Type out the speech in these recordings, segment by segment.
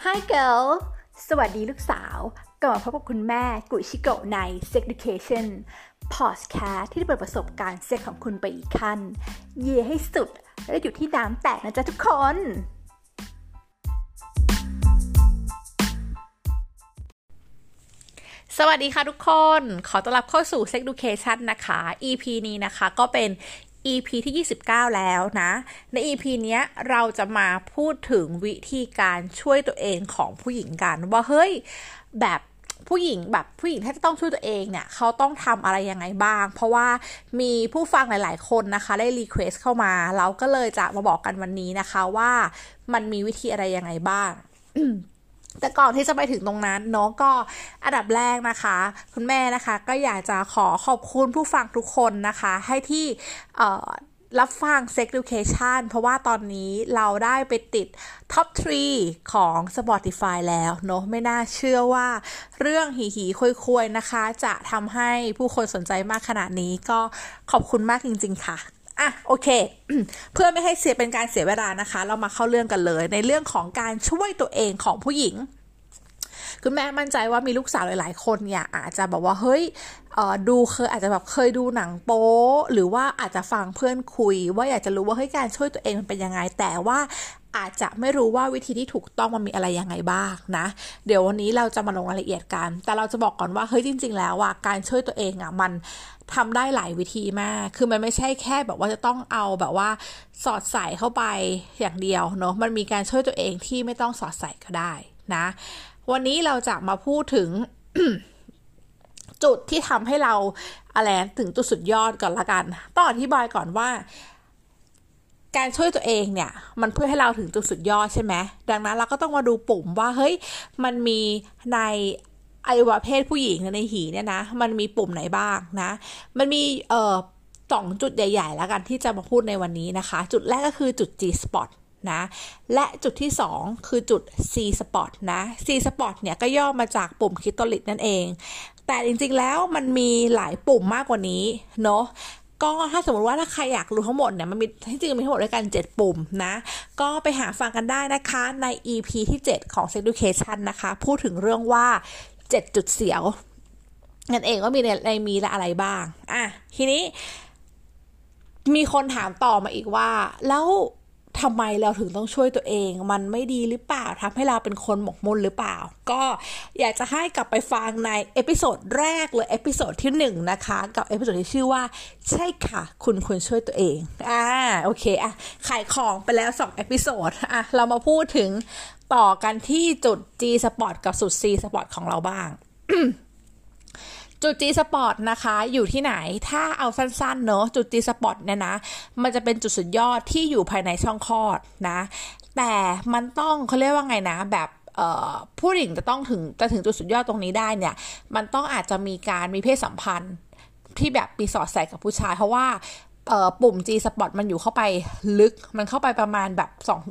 Hi girl สวัสดีลูกสาวกลับมาพบกับคุณแม่กุยชิโกะใน Sex Education Podcast ที่จะเปิดประสบการณ์เซ็กของคุณไปอีกขั้นเย่ให้สุดและอยู่ที่น้ำแตกนะจ๊ะทุกคนสวัสดีค่ะทุกคนขอต้อนรับเข้าสู่ Sex Education นะคะ EP นี้นะคะก็เป็น EP ที่29แล้วนะใน EP เนี้ยเราจะมาพูดถึงวิธีการช่วยตัวเองของผู้หญิงกันว่าเฮ้ยแบบผู้หญิงถ้าจะต้องช่วยตัวเองเนี่ยเขาต้องทำอะไรยังไงบ้างเพราะว่ามีผู้ฟังหลายๆคนนะคะได้รีเควสเข้ามาเราก็เลยจะมาบอกกันวันนี้นะคะว่ามันมีวิธีอะไรยังไงบ้าง แต่ก่อนที่จะไปถึงตรงนั้นเนาะก็อันดับแรกนะคะคุณแม่นะคะก็อยากจะขอบคุณผู้ฟังทุกคนนะคะให้ที่รับฟัง Sex Education เพราะว่าตอนนี้เราได้ไปติด Top 3 ของ Spotify แล้วเนาะไม่น่าเชื่อว่าเรื่องหีคุยๆนะคะจะทำให้ผู้คนสนใจมากขนาดนี้ก็ขอบคุณมากจริงๆค่ะโอเค เพื่อไม่ให้เป็นการเสียเวลานะคะเรามาเข้าเรื่องกันเลยในเรื่องของการช่วยตัวเองของผู้หญิงคุณแม่มั่นใจว่ามีลูกสาวหลายๆคนเนี่ยอาจจะบอกว่าเฮ้ยอาจจะแบบเคยดูหนังโป๊หรือว่าอาจจะฟังเพื่อนคุยว่าอยากจะรู้ว่าเฮ้ยการช่วยตัวเองมันเป็นยังไงแต่ว่าอาจจะไม่รู้ว่าวิธีที่ถูกต้องมันมีอะไรยังไงบ้างนะเดี๋ยววันนี้เราจะมาลงรายละเอียดกันแต่เราจะบอกก่อนว่าเฮ้ยจริงๆแล้วอ่ะการช่วยตัวเองอ่ะมันทำได้หลายวิธีมากคือมันไม่ใช่แค่แบบว่าจะต้องเอาแบบว่าสอดใส่เข้าไปอย่างเดียวเนาะมันมีการช่วยตัวเองที่ไม่ต้องสอดใส่ก็ได้นะวันนี้เราจะมาพูดถึง จุดที่ทำให้เราถึงจุดสุดยอดก่อนละกันต้องอธิบายก่อนว่าการช่วยตัวเองเนี่ยมันเพื่อให้เราถึงจุดสุดยอดใช่ไหมดังนั้นเราก็ต้องมาดูปุ่มว่าเฮ้ยมันมีในอวัยวะเพศผู้หญิงในหีเนี่ยนะมันมีปุ่มไหนบ้างนะมันมี2 จุดใหญ่ๆแล้วกันที่จะมาพูดในวันนี้นะคะจุดแรกก็คือจุด G spot นะและจุดที่2คือจุด C spot นะ C spot เนี่ยก็ย่อมาจากปุ่มคลิตอริสนั่นเองแต่จริงๆแล้วมันมีหลายปุ่มมากกว่านี้เนาะก็ถ้าสมมติว่าถ้าใครอยากรู้ทั้งหมดเนี่ยมันมีที่จริงมีทั้งหมดด้วยกัน7ปุ่มนะก็ไปหาฟังกันได้นะคะใน EP ที่7ของ Sex Education นะคะพูดถึงเรื่องว่า7จุดเสียวนั่นเองว่ามีอะไรบ้างทีนี้มีคนถามต่อมาอีกว่าแล้วทำไมเราถึงต้องช่วยตัวเองมันไม่ดีหรือเปล่าทำให้เราเป็นคนหมกมุ่นหรือเปล่าก็อยากจะให้กลับไปฟังในเอพิโซดแรกเลยเอพิโซดที่1นะคะกับเอพิโซดที่ชื่อว่าใช่ค่ะคุณควรช่วยตัวเองโอเคขายของไปแล้ว2เอพิโซดเรามาพูดถึงต่อกันที่จุด G spot กับจุด C spot ของเราบ้าง จุด G spot นะคะอยู่ที่ไหนถ้าเอาสั้นๆเนอะจุด G spot เนี่ยนะมันจะเป็นจุดสุดยอดที่อยู่ภายในช่องคลอดนะแต่มันต้องเขาเรียกว่าไงนะแบบผู้หญิงจะถึงจุดสุดยอดตรงนี้ได้เนี่ยมันต้องอาจจะมีเพศสัมพันธ์ที่แบบมีสอดใส่กับผู้ชายเพราะว่าปุ่ม G spot มันอยู่เข้าไปลึกมันเข้าไปประมาณแบบ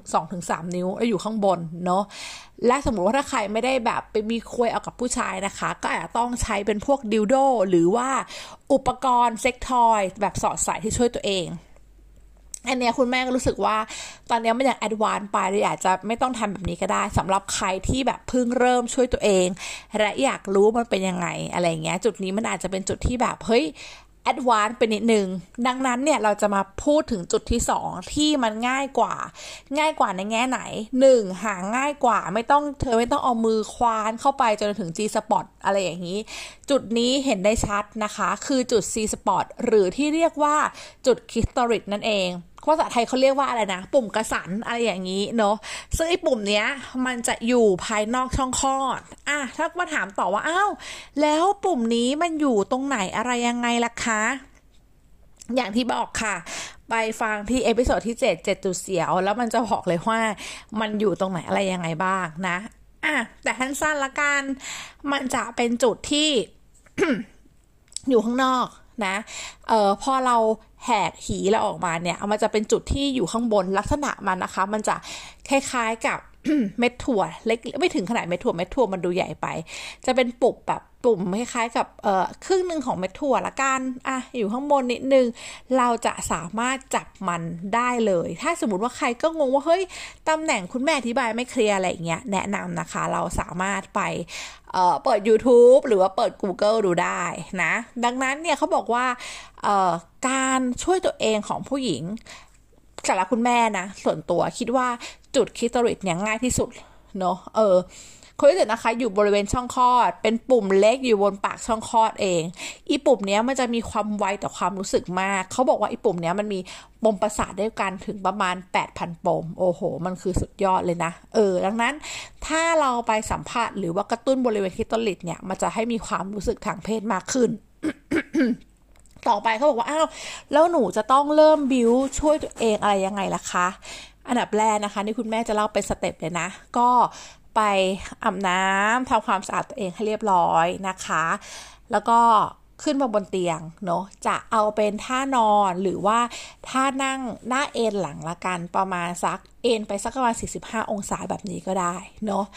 2-3 นิ้วแล้วอยู่ข้างบนเนาะและสมมุติว่าถ้าใครไม่ได้แบบไปมีคุยเอากับผู้ชายนะคะก็อาจจะต้องใช้เป็นพวกดิลโดหรือว่าอุปกรณ์เซ็กทอยแบบสอดใส่ที่ช่วยตัวเองอันเนี้ยคุณแม่ก็รู้สึกว่าตอนนี้มันอย่างแอดวานซ์ไปเลยอาจจะไม่ต้องทำแบบนี้ก็ได้สำหรับใครที่แบบเพิ่งเริ่มช่วยตัวเองและอยากรู้มันเป็นยังไงอะไรเงี้ยจุดนี้มันอาจจะเป็นจุดที่แบบเฮ้ยแอดวานซ์ไปนิดนึงดังนั้นเนี่ยเราจะมาพูดถึงจุดที่2ที่มันง่ายกว่าในแง่ไหน1หาง่ายกว่าไม่ต้องเอามือควานเข้าไปจนถึง G spot อะไรอย่างนี้จุดนี้เห็นได้ชัดนะคะคือจุด C spot หรือที่เรียกว่าจุดคลิตอริสนั่นเองภาษาไทยเขาเรียกว่าอะไรนะปุ่มกระสันอะไรอย่างนี้เนาะซึ่งไอ้ปุ่มเนี้ยมันจะอยู่ภายนอกช่องคลอดถ้ามาถามต่อว่าแล้วปุ่มนี้มันอยู่ตรงไหนอะไรยังไงล่ะคะอย่างที่บอกค่ะไปฟังที่เอพิโซดที่7จุดเสียวแล้วมันจะบอกเลยว่ามันอยู่ตรงไหนอะไรยังไงบ้างนะแต่สั้นๆละกันมันจะเป็นจุดที่ อยู่ข้างนอกนะพอเราแหกหีเราออกมาเนี่ยมันจะเป็นจุดที่อยู่ข้างบนลักษณะมันนะคะมันจะคล้ายๆกับเม็ดถั่วเล็กไม่ถึงขนาดเม็ดถั่วมันดูใหญ่ไปจะเป็นปุบแบบปุ่มคล้ายๆกับครึ่งนึงของเม็ดถั่วละกันอยู่ข้างบนนิดนึงเราจะสามารถจับมันได้เลยถ้าสมมติว่าใครก็งงว่าเฮ้ยตำแหน่งคุณแม่อธิบายไม่เคลียร์อะไรอย่างเงี้ยแนะนำนะคะเราสามารถไปเปิด YouTube หรือว่าเปิด Google ดูได้นะดังนั้นเนี่ยเขาบอกว่าการช่วยตัวเองของผู้หญิงสำหรับคุณแม่นะส่วนตัวคิดว่าจุดคลิตอริสเนี่ยง่ายที่สุดเนาะคลิตอริสนะคะอยู่บริเวณช่องคลอดเป็นปุ่มเล็กอยู่บนปากช่องคลอดเองอีปุ่มเนี้ยมันจะมีความไวต่อความรู้สึกมากเขาบอกว่าอีปุ่มเนี้ยมันมีปมประสาทด้วยกันถึงประมาณ 8,000 ปมโอ้โหมันคือสุดยอดเลยนะดังนั้นถ้าเราไปสัมผัสหรือว่ากระตุ้นบริเวณคลิตอริสเนี่ยมันจะให้มีความรู้สึกทางเพศมากขึ้น ต่อไปเขาบอกว่าแล้วหนูจะต้องเริ่มบิวช่วยตัวเองอะไรยังไงล่ะคะอันดับแรกนะคะนี่คุณแม่จะเล่าเป็นสเต็ปเลยนะก็ไปอาบน้ำทำความสะอาดตัวเองให้เรียบร้อยนะคะแล้วก็ขึ้นมาบนเตียงเนาะจะเอาเป็นท่านอนหรือว่าท่านั่งหน้าเอนหลังละกันประมาณสักเอนไปสักประมาณ45 องศาแบบนี้ก็ได้เนาะ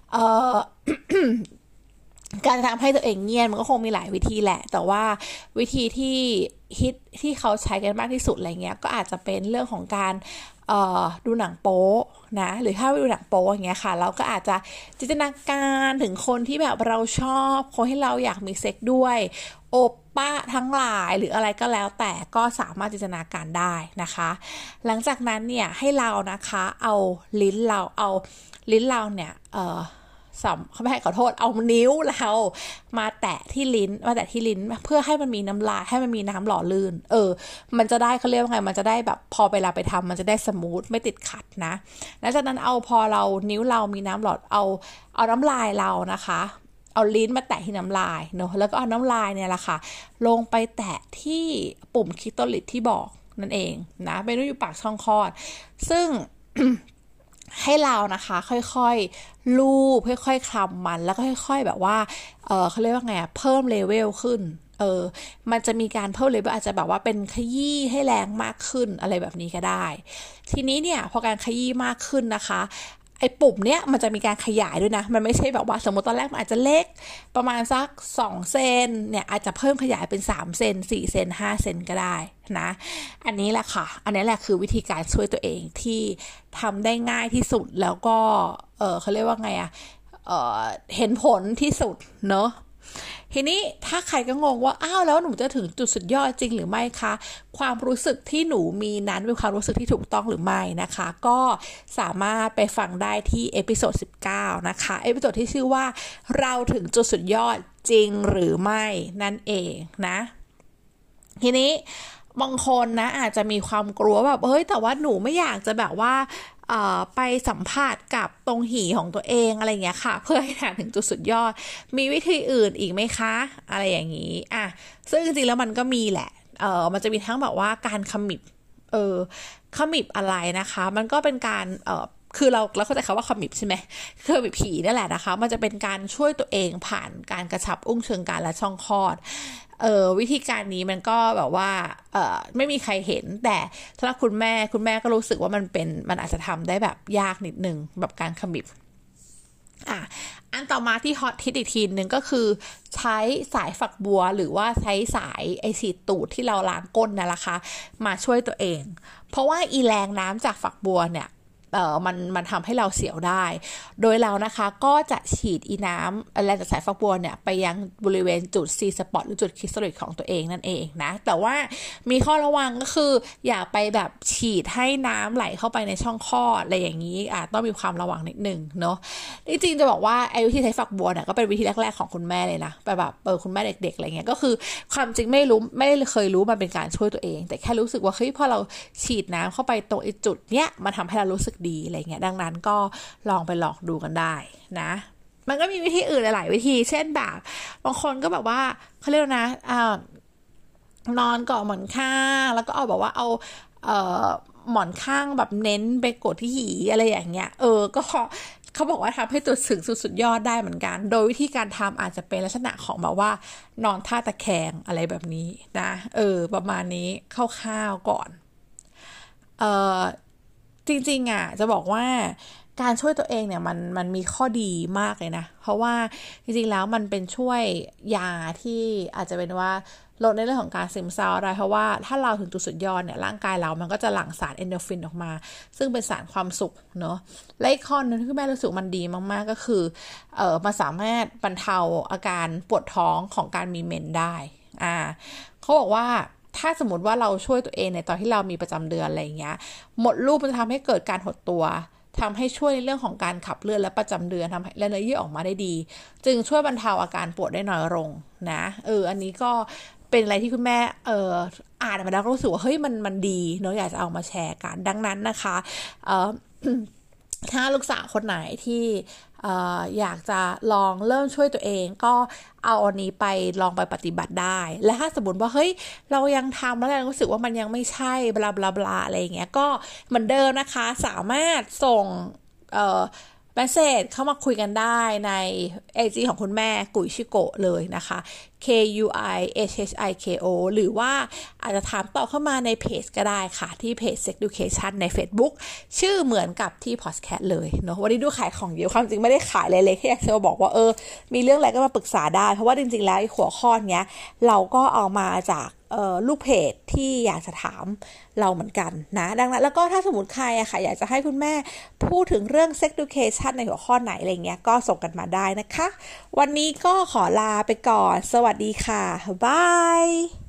การทำให้ตัวเองเงียบมันก็คงมีหลายวิธีแหละแต่ว่าวิธีที่ฮิตที่เขาใช้กันมากที่สุดอะไรเงี้ยก็อาจจะเป็นเรื่องของการดูหนังโป๊นะหรือถ้าไปดูหนังโป๊อย่างเงี้ยค่ะเราก็อาจจะจินตนาการถึงคนที่แบบเราชอบคนที่เราอยากมีเซ็กด้วยโอป้าทั้งหลายหรืออะไรก็แล้วแต่ก็สามารถจินตนาการได้นะคะหลังจากนั้นเนี่ยให้เรานะคะเอาลิ้นเราเนี่ยเขาไม่ให้ขอโทษเอานิ้วเรามาแตะที่ลิ้นเพื่อให้มันมีน้ำลายให้มันมีน้ำหล่อลื่นมันจะได้เขาเรียกว่าไงมันจะได้แบบพอเวลาไปทำมันจะได้สมูทไม่ติดขัดนะแล้วจากนั้นพอเรานิ้วเรามีน้ำหล่อเอาน้ำลายเรานะคะเอาลิ้นมาแตะที่น้ำลายเนอะแล้วก็เอาน้ำลายเนี่ยแหละค่ะลงไปแตะที่ปุ่มคลิตอริสที่บอกนั่นเองนะเป็นอยู่ปากช่องคลอดซึ่ง ให้เรานะคะค่อยๆลูบค่อยๆคลำมันแล้วก็ค่อยๆแบบว่าเขาเรียกว่าไงเพิ่มเลเวลขึ้นมันจะมีการเพิ่มเลเวลอาจจะแบบว่าเป็นขยี้ให้แรงมากขึ้นอะไรแบบนี้ก็ได้ทีนี้เนี่ยพอการขยี้มากขึ้นนะคะไอ้ปุ่มเนี้ยมันจะมีการขยายด้วยนะมันไม่ใช่แบบว่าสมมติตอนแรกมันอาจจะเล็กประมาณสัก2 เซนเนี่ยอาจจะเพิ่มขยายเป็น3 เซน4 เซน5 เซนก็ได้นะอันนี้แหละค่ะอันนี้แหละคือวิธีการช่วยตัวเองที่ทำได้ง่ายที่สุดแล้วก็เขาเรียกว่าไงเห็นผลที่สุดเนอะทีนี้ถ้าใครก็งงว่าแล้วหนูจะถึงจุดสุดยอดจริงหรือไม่คะความรู้สึกที่หนูมีนั้นเป็นความรู้สึกที่ถูกต้องหรือไม่นะคะก็สามารถไปฟังได้ที่เอพิโซด19นะคะเอพิโซดที่ชื่อว่าเราถึงจุดสุดยอดจริงหรือไม่นั่นเองนะทีนี้บางคนนะอาจจะมีความกลัวแบบแต่ว่าหนูไม่อยากจะแบบว่าไปสัมผัสกับตรงหีของตัวเองอะไรเงี้ยค่ะเพื่อให้ถึงจุดสุดยอดมีวิธีอื่นอีกไหมคะอะไรอย่างนี้ซึ่งจริงๆแล้วมันก็มีแหละมันจะมีทั้งแบบว่าการขมิบอะไรนะคะมันก็เป็นการคือเราเข้าใจคำว่าขมิบใช่ไหมคือขมิบผีนั่นแหละนะคะมันจะเป็นการช่วยตัวเองผ่านการกระชับอุ้งเชิงกรานและช่องคลอดวิธีการนี้มันก็แบบว่าไม่มีใครเห็นแต่สำหรับคุณแม่ก็รู้สึกว่ามันอาจจะทำได้แบบยากนิดนึงแบบการขมิบอันต่อมาที่ฮอตฮิตอีกทีนึงก็คือใช้สายฝักบัวหรือว่าใช้สายฉีดตูดที่เราล้างก้นนั่นแหละค่ะมาช่วยตัวเองเพราะว่าอีแรงน้ำจากฝักบัวเนี่ยมันทำให้เราเสียวได้โดยเรานะคะก็จะฉีดอีน้ำแรงจากสายฝักบัวเนี่ยไปยังบริเวณจุด C spot หรือจุดคริสตัลของตัวเองนั่นเองนะแต่ว่ามีข้อระวังก็คืออย่าไปแบบฉีดให้น้ำไหลเข้าไปในช่องคลอดอะไรอย่างนี้ต้องมีความระวังนิดนึงเนาะจริงๆจะบอกว่าวิธีใช้ฝักบัวเนี่ยก็เป็นวิธีแรกๆของคุณแม่เลยนะแบบคุณแม่เด็กๆอะไรเงี้ยก็คือความจริงไม่เคยรู้มันเป็นการช่วยตัวเองแต่แค่รู้สึกว่าพอเราฉีดน้ำเข้าไปตรงจุดเนี้ยมันทำให้เรารู้สึกดีอะไรเงี้ยดังนั้นก็ลองไปลองดูกันได้นะมันก็มีวิธีอื่นหลายวิธีเช่นแบบบางคนก็แบบว่าเขาเรียกนะนอนเกาะหมอนข้างแล้วก็เอาแบบว่าเอาหมอนข้างแบบเน้นไปกดที่หีอะไรอย่างเงี้ยก็เขาบอกว่าทำให้ตัวถึงสุดยอดได้เหมือนกันโดยวิธีการทำอาจจะเป็นลักษณะของแบบว่านอนท่าตะแคงอะไรแบบนี้นะประมาณนี้คร่าวๆก่อนจริงๆจะบอกว่าการช่วยตัวเองเนี่ยมันมีข้อดีมากเลยนะเพราะว่าจริงๆแล้วมันเป็นช่วยยาที่อาจจะเป็นว่าลดในเรื่องของการซึมเศร้าได้เพราะว่าถ้าเราถึงจุดสุดยอดเนี่ยร่างกายเรามันก็จะหลั่งสารเอนโดรฟินออกมาซึ่งเป็นสารความสุขเนาะและอีกข้อนึงที่แม่รู้สึกมันดีมากๆก็คือมันสามารถบรรเทาอาการปวดท้องของการมีเมนได้เขาบอกว่าถ้าสมมติว่าเราช่วยตัวเองในตอนที่เรามีประจำเดือนอะไรอย่างเงี้ยหมดลูกมันจะทำให้เกิดการหดตัวทำให้ช่วยในเรื่องของการขับเลือดและประจำเดือนทำให้เนื้อเยื่อออกมาได้ดีจึงช่วยบรรเทาอาการปวดได้น้อยลงนะอันนี้ก็เป็นอะไรที่คุณแม่อ่านมาแล้วก็รู้สึกว่าเฮ้ยมันดีเนอะอยากจะเอามาแชร์กันดังนั้นนะคะถ้าลูกสาวคนไหนที่อยากจะลองเริ่มช่วยตัวเองก็เอาอันนี้ไปลองไปปฏิบัติได้และถ้าสมมติว่าเฮ้ยเรายังทำแล้วเรารู้สึกว่ามันยังไม่ใช่บลาบลาบลาอะไรอย่างเงี้ยก็เหมือนเดิมนะคะสามารถส่งเมสเสจเข้ามาคุยกันได้ใน IG ของคุณแม่กุยชิโกะเลยนะคะ KUIHHIKO หรือว่าอาจจะถามตอบเข้ามาในเพจก็ได้ค่ะที่เพจ Sex Education ใน Facebook ชื่อเหมือนกับที่พอดแคสต์เลยเนาะวันนี้ดูขายของเยอะความจริงไม่ได้ขายอะไรเลยแค่อยากจะบอกว่ามีเรื่องอะไรก็มาปรึกษาได้เพราะว่าจริงๆแล้วหัวข้อเนี้ยเราก็เอามาจากลูกเพจที่อยากจะถามเราเหมือนกันนะดังนั้นแล้วก็ถ้าสมมติใครอะค่ะอยากจะให้คุณแม่พูดถึงเรื่อง Sex Education ในหัวข้อไหนอะไรเงี้ยก็ส่งกันมาได้นะคะวันนี้ก็ขอลาไปก่อนสวัสดีค่ะบาย